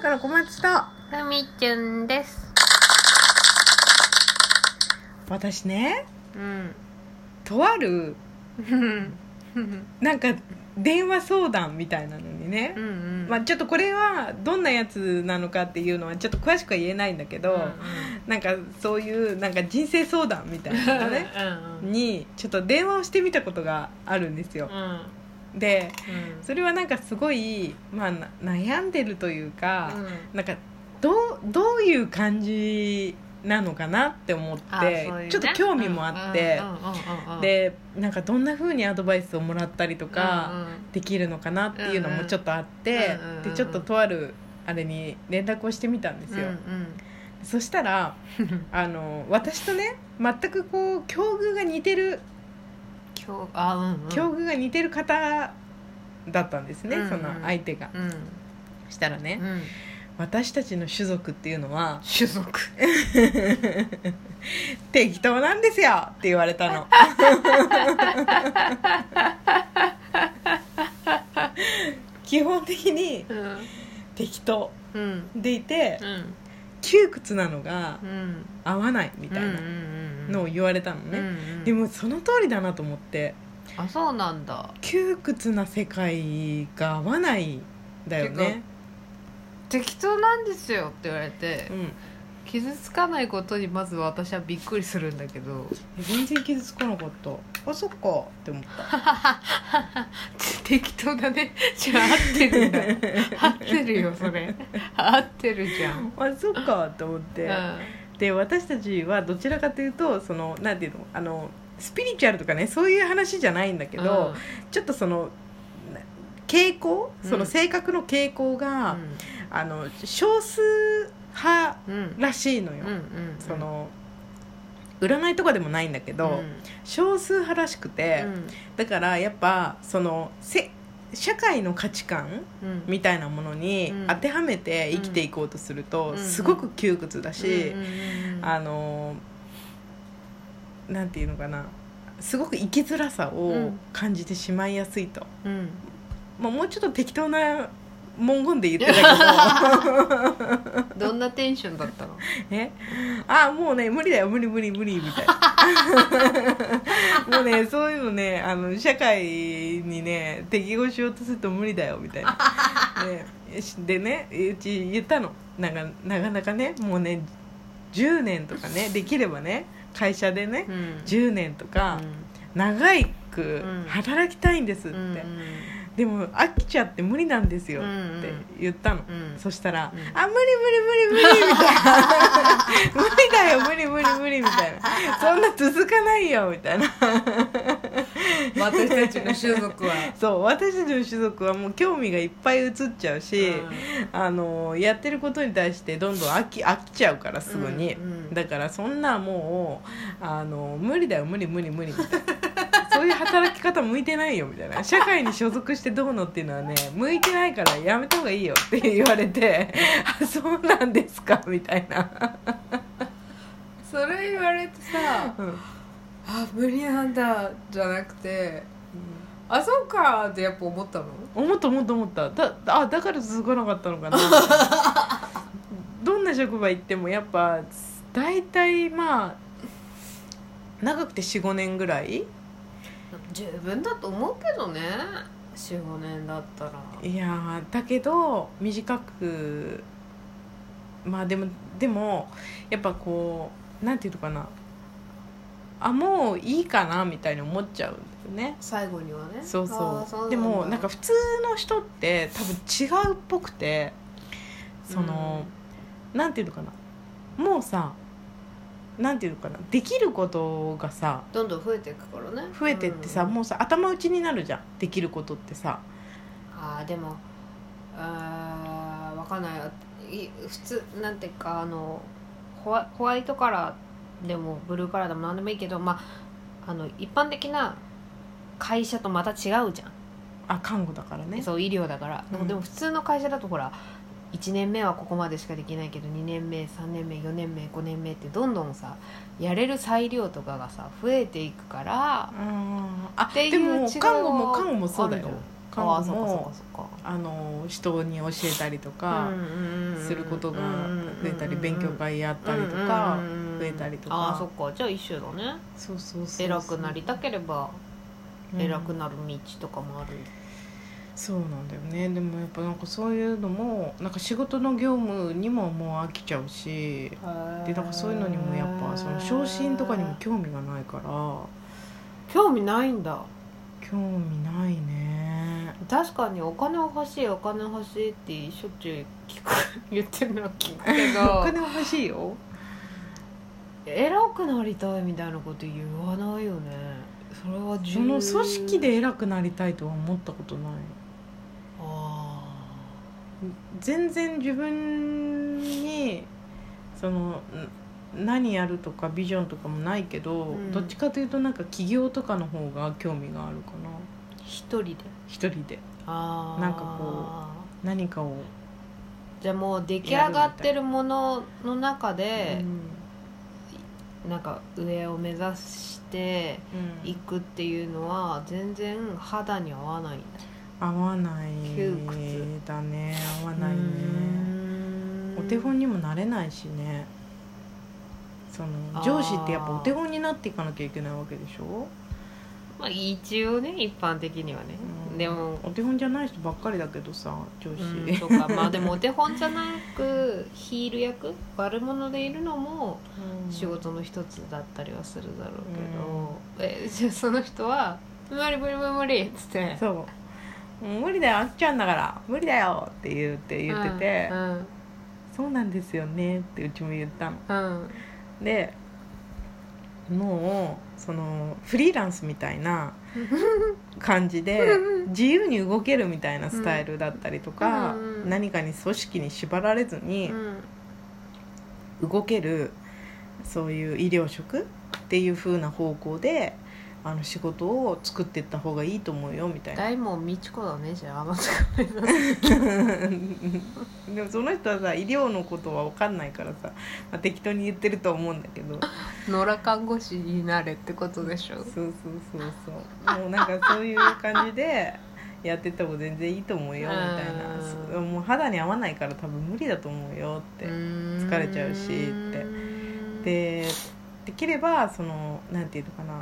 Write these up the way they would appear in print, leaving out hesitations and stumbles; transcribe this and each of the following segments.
から小松とふみちゅんです。 私ね、 うん。 とあるなんか電話相談みたいなのにね、 うんうん。 まあ、ちょっとこれはどんなやつなのかっていうのはちょっと詳しくは言えないんだけど、 うんうん、 なんかそういうなんか人生相談みたいなのねうんうん、 にちょっと電話をしてみたことがあるんですよ、で、それはなんかすごい、まあ、悩んでるというか、なんかどういう感じなのかなって思って、 ね、 ちょっと興味もあって、でなんかどんな風にアドバイスをもらったりとかできるのかなっていうのもちょっとあって、でちょっととあるあれに連絡をしてみたんですよ、そしたら私とね全くこう境遇が似てる境遇が似てる方だったんですね、その相手が、したらね、私たちの種族っていうのは種族適当なんですよって言われたの基本的に適当でいて、窮屈なのが合わないみたいなのを言われたのね、でもその通りだなと思って。 あ、そうなんだ。 窮屈な世界が合わないんだよね。 適当なんですよって言われて、傷つかないことにまず私はびっくりするんだけど、 全然傷つかなかった。あ、そっかって思った適当だね。じゃあ合ってるんだ合ってるよそれ合ってるじゃん。 あ、そっかって思って、で私たちはどちらかというとそのなんていうの、スピリチュアルとかねそういう話じゃないんだけど、ちょっとその傾向、その性格の傾向が、少数派らしいのよ、その占いとかでもないんだけど、少数派らしくて、だからやっぱその社会の価値観みたいなものに当てはめて生きていこうとするとすごく窮屈だし、なんていうのかな、すごく生きづらさを感じてしまいやすいと、もうちょっと適当な文言で言ってたけどどんなテンションだったの？ もうね無理だよ、無理みたいなもうねそういうのね社会にね適合しようとすると無理だよみたいな、でねうち言ったの、なかなかねもうね10年とかねできればね会社でね、10年とか長く働きたいんですって、でも飽きちゃって無理なんですよって言ったの、そしたら、無理みたいな無理だよ無理みたいな、そんな続かないよみたいな私たちの種族はそう私たちの種族はもう興味がいっぱい移っちゃうし、やってることに対してどんどん飽きちゃうからすぐに、だからそんなもう無理だよ無理みたいなそういう働き方向いてないよみたいな、社会に所属してどうのっていうのはね向いてないからやめた方がいいよって言われてあ、そうなんですかみたいなそれ言われてさ、無理なんだじゃなくて、あ、そうかってやっぱ思ったの？ 思っただから続かなかったのかなどんな職場行ってもやっぱ大体まあ長くて 4,5 年ぐらい十分だと思うけどね、 4,5 年だったら。 いやだけど短く、まあでもやっぱこうなんていうのかな、もういいかなみたいに思っちゃうんだよね、 最後にはね。 そうでもなんか普通の人って多分違うっぽくて、その、なんていうのかな、もうさなんていうのかな、できることがさどんどん増えていくからね、 増えてってさ、もうさ頭打ちになるじゃん、できることってさ。 でもわかんない、普通なんていうかホワイトカラーでもブルーカラーでも何でもいいけど、一般的な会社とまた違うじゃん。 看護だからね、 そう医療だから、でも普通の会社だとほら1年目はここまでしかできないけど2年目3年目4年目5年目ってどんどんさやれる裁量とかがさ増えていくから、 でも看護もそうだよ、 看護も人に教えたりとかすることが増えたり、勉強会やったりとか増えたりとか。 そっか、じゃあ一緒だね。 そうそうそう、 偉くなりたければ偉くなる道とかもある、 そうなんだよね。でもやっぱなんかそういうのもなんか仕事の業務にももう飽きちゃうし、でなんかそういうのにもやっぱその昇進とかにも興味がないから。 興味ないんだ。 興味ないね。 確かにお金欲しいお金欲しいってしょっちゅう言ってるのは聞くけどお金は欲しいよ。 偉くなりたいみたいなこと言わないよね。それはその組織で偉くなりたいとは思ったことない。全然自分にその何やるとかビジョンとかもないけど、どっちかというとなんか起業とかの方が興味があるかな。 一人でなんかこう何かをじゃあもう出来上がってるものの中で、なんか上を目指していくっていうのは全然肌に合わないんだ。 合わないだね。合わないね。お手本にもなれないしね。その上司ってやっぱお手本になっていかなきゃいけないわけでしょ。 まあ一応ね、一般的にはね、でもお手本じゃない人ばっかりだけどさ、上司、 そうか、まあでもお手本じゃなくヒール役悪者でいるのも仕事の一つだったりはするだろうけど、じゃあその人は無理っつって、 そう無理だよ、あっちゃんだから無理だよって言ってて、そうなんですよねってうちも言ったの、でもうそのフリーランスみたいな感じで自由に動けるみたいなスタイルだったりとか、何かに組織に縛られずに動ける、そういう医療職っていう風な方向で仕事を作っていった方がいいと思うよみたいな。 大門みち子だね、じゃああなたが目指すでもその人はさ、医療のことは分かんないからさ、適当に言ってると思うんだけど、 野良看護師になれってことでしょ。 そうもうなんかそういう感じでやってても全然いいと思うよみたいな。もう肌に合わないから多分無理だと思うよって、疲れちゃうしって。でできればそのなんていうのかな、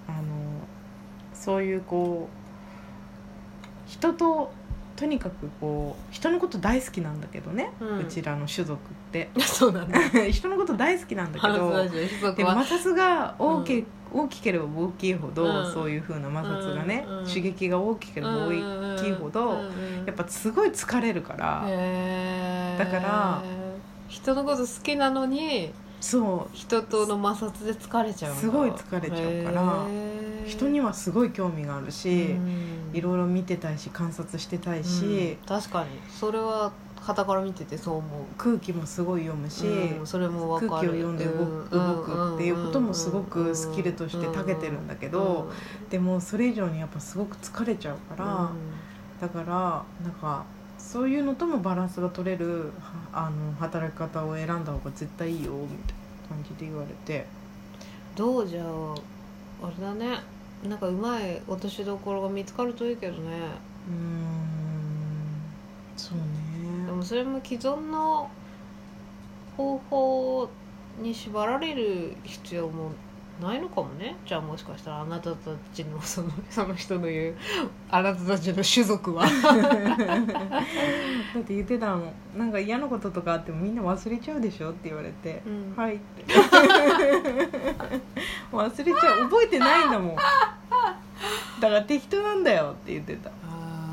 そういうこう人ととにかくこう人のこと大好きなんだけどね、うちらの種族ってそうだね人のこと大好きなんだけど、で摩擦が大きければ大きいほど、そういう風な摩擦がね、刺激が大きければ大きいほど、やっぱすごい疲れるから、だから人のこと好きなのにそう人との摩擦で疲れちゃうんだ。 すごい疲れちゃうから、人にはすごい興味があるし、いろいろ見てたいし観察してたいし、 確かにそれは傍から見ててそう思う。 空気もすごい読むし、 それも分かる。 空気を読んで動くっていうこともすごくスキルとして長けてるんだけど、でもそれ以上にやっぱすごく疲れちゃうから、だからなんかそういうのともバランスが取れる働き方を選んだ方が絶対いいよみたいな感じで言われて。 どうじゃああれだね、なんかうまい落としどころが見つかるといいけどね。 そうね。 でもそれも既存の方法に縛られる必要もないのかもね。じゃあもしかしたらあなたたちのその人の言うあなたたちの種族はだって言ってたの、なんか嫌なこととかあってもみんな忘れちゃうでしょって言われて、はいって忘れちゃう、覚えてないんだもん、だから適当なんだよって言ってた。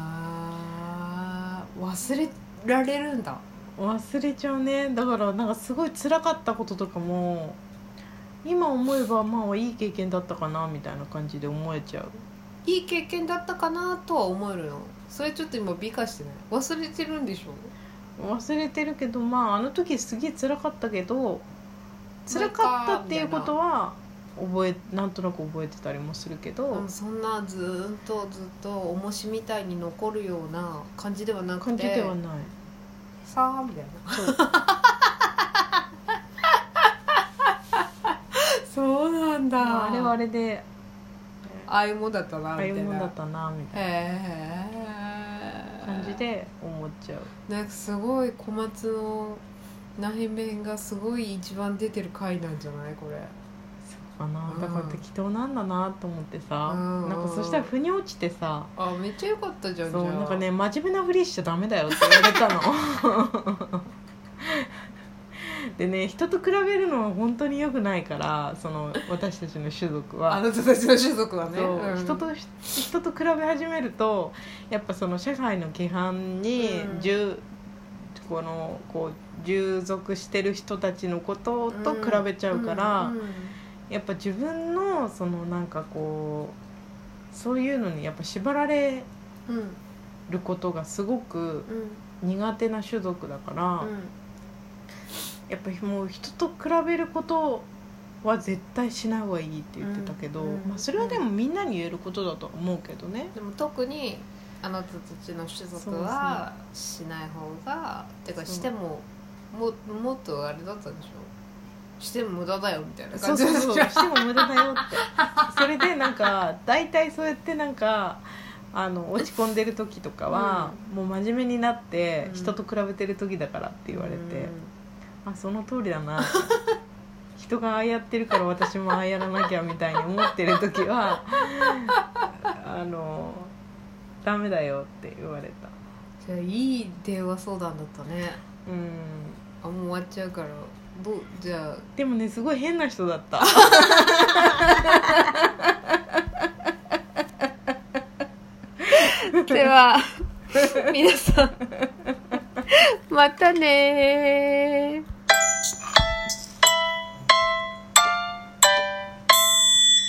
忘れられるんだ。 忘れちゃうね。だからなんかすごい辛かったこととかも今思えばまあいい経験だったかなみたいな感じで思えちゃう。 いい経験だったかなとは思えるの。それちょっと今美化してない？忘れてるんでしょ？ 忘れてるけど、まああの時すげえ辛かったけど、辛かったっていうことはなんとなく覚えてたりもするけど、 そんなずっと重しみたいに残るような感じではなくて、 感じではないさあみたいなそうなんだ。 あれはあれでああいうもんだったなみたいな。 ああいうもんだったなみたいな。 感じで思っちゃう。 なんかすごい小松の内面がすごい一番出てる回なんじゃないこれ。 そうかな、だから適当なんだなと思ってさ、なんかそしたら腑に落ちてさ、 めっちゃ良かったじゃん。 そうなんかね、真面目なふりしちゃダメだよって言われたのでね、人と比べるのは本当に良くないから、その私たちの種族はあなたたちの種族はね、 人と比べ始めるとやっぱその社会の規範に従属してる人たちのことと比べちゃうから、やっぱ自分のそのなんかこうそういうのにやっぱ縛られることがすごく苦手な種族だから、やっぱりもう人と比べることは絶対しない方がいいって言ってたけど、まあ、それはでもみんなに言えることだと思うけどね。 でも特にあなたたちの種族はしない方が、てかしてももっとあれだったんでしょ、しても無駄だよみたいな感じで、 そうしても無駄だよってそれでなんか大体そうやってなんか落ち込んでる時とかは、もう真面目になって人と比べてる時だからって言われて、あその通りだな人がああやってるから私もああやらなきゃみたいに思ってる時はダメだよって言われた。 じゃあいい電話相談だったね。もう終わっちゃうからじゃあでもねすごい変な人だったでは皆さんまたね